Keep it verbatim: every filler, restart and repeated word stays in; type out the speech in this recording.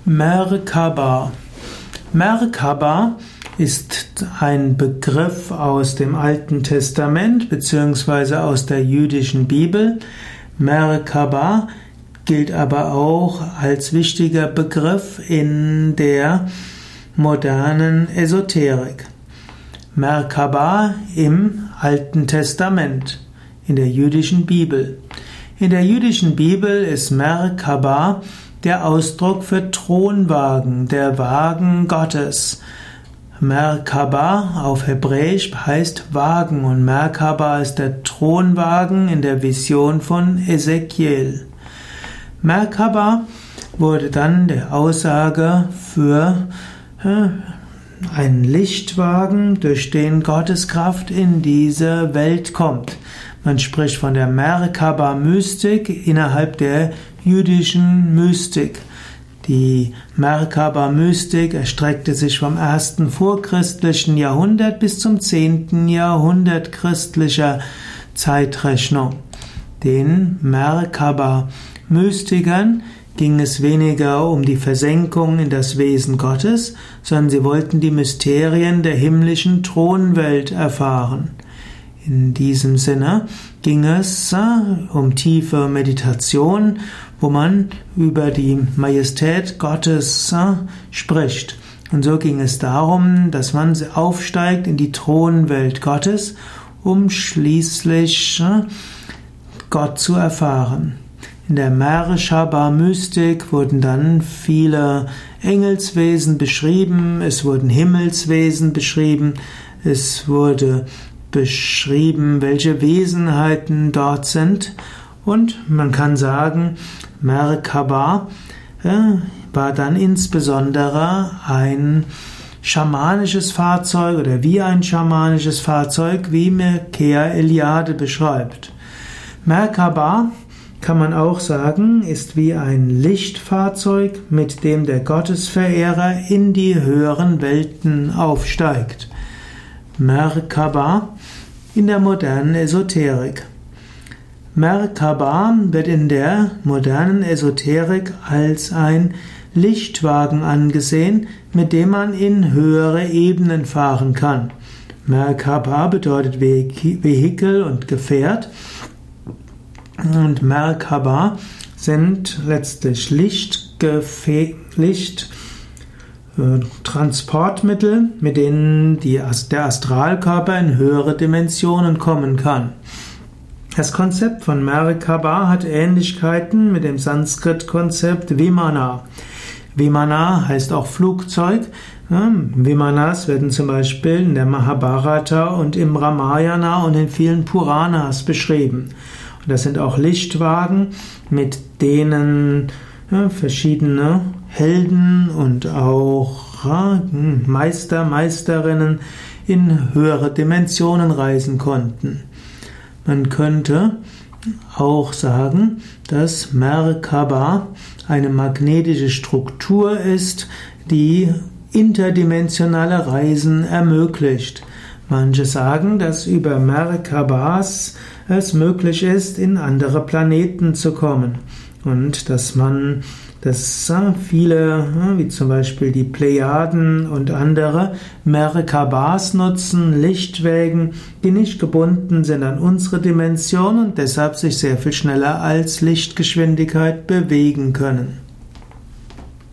Merkaba. Merkaba ist ein Begriff aus dem Alten Testament beziehungsweise aus der jüdischen Bibel. Merkaba gilt aber auch als wichtiger Begriff in der modernen Esoterik. Merkaba im Alten Testament, in der jüdischen Bibel. In der jüdischen Bibel ist Merkaba der Ausdruck für Thronwagen, der Wagen Gottes. Merkaba auf Hebräisch heißt Wagen und Merkaba ist der Thronwagen in der Vision von Ezekiel. Merkaba wurde dann der Aussage für äh, einen Lichtwagen, durch den Gottes Kraft in diese Welt kommt. Man spricht von der Merkaba-Mystik innerhalb der jüdischen Mystik. Die Merkaba-Mystik erstreckte sich vom ersten vorchristlichen Jahrhundert bis zum zehnten Jahrhundert christlicher Zeitrechnung. Den Merkaba-Mystikern ging es weniger um die Versenkung in das Wesen Gottes, sondern sie wollten die Mysterien der himmlischen Thronwelt erfahren. In diesem Sinne ging es um tiefe Meditation, wo man über die Majestät Gottes spricht. Und so ging es darum, dass man aufsteigt in die Thronwelt Gottes, um schließlich Gott zu erfahren. In der Merkaba-Mystik wurden dann viele Engelswesen beschrieben, es wurden Himmelswesen beschrieben, es wurde beschrieben, welche Wesenheiten dort sind. Und man kann sagen, Merkaba äh, war dann insbesondere ein schamanisches Fahrzeug oder wie ein schamanisches Fahrzeug, wie Mircea Eliade beschreibt. Merkaba, kann man auch sagen, ist wie ein Lichtfahrzeug, mit dem der Gottesverehrer in die höheren Welten aufsteigt. Merkaba in der modernen Esoterik. Merkaba wird in der modernen Esoterik als ein Lichtwagen angesehen, mit dem man in höhere Ebenen fahren kann. Merkaba bedeutet Vehikel und Gefährt. Und Merkaba sind letztlich Lichtgefä- Licht, äh, Transportmittel, mit denen die, der Astralkörper in höhere Dimensionen kommen kann. Das Konzept von Merkaba hat Ähnlichkeiten mit dem Sanskrit-Konzept Vimana. Vimana heißt auch Flugzeug. Ja, Vimanas werden zum Beispiel in der Mahabharata und im Ramayana und in vielen Puranas beschrieben. Das sind auch Lichtwagen, mit denen ja, verschiedene Helden und auch ja, Meister, Meisterinnen in höhere Dimensionen reisen konnten. Man könnte auch sagen, dass Merkaba eine magnetische Struktur ist, die interdimensionale Reisen ermöglicht. Manche sagen, dass über Merkabas es möglich ist, in andere Planeten zu kommen und dass man, dass viele, wie zum Beispiel die Plejaden und andere, Merkabas nutzen, Lichtwägen, die nicht gebunden sind an unsere Dimension und deshalb sich sehr viel schneller als Lichtgeschwindigkeit bewegen können.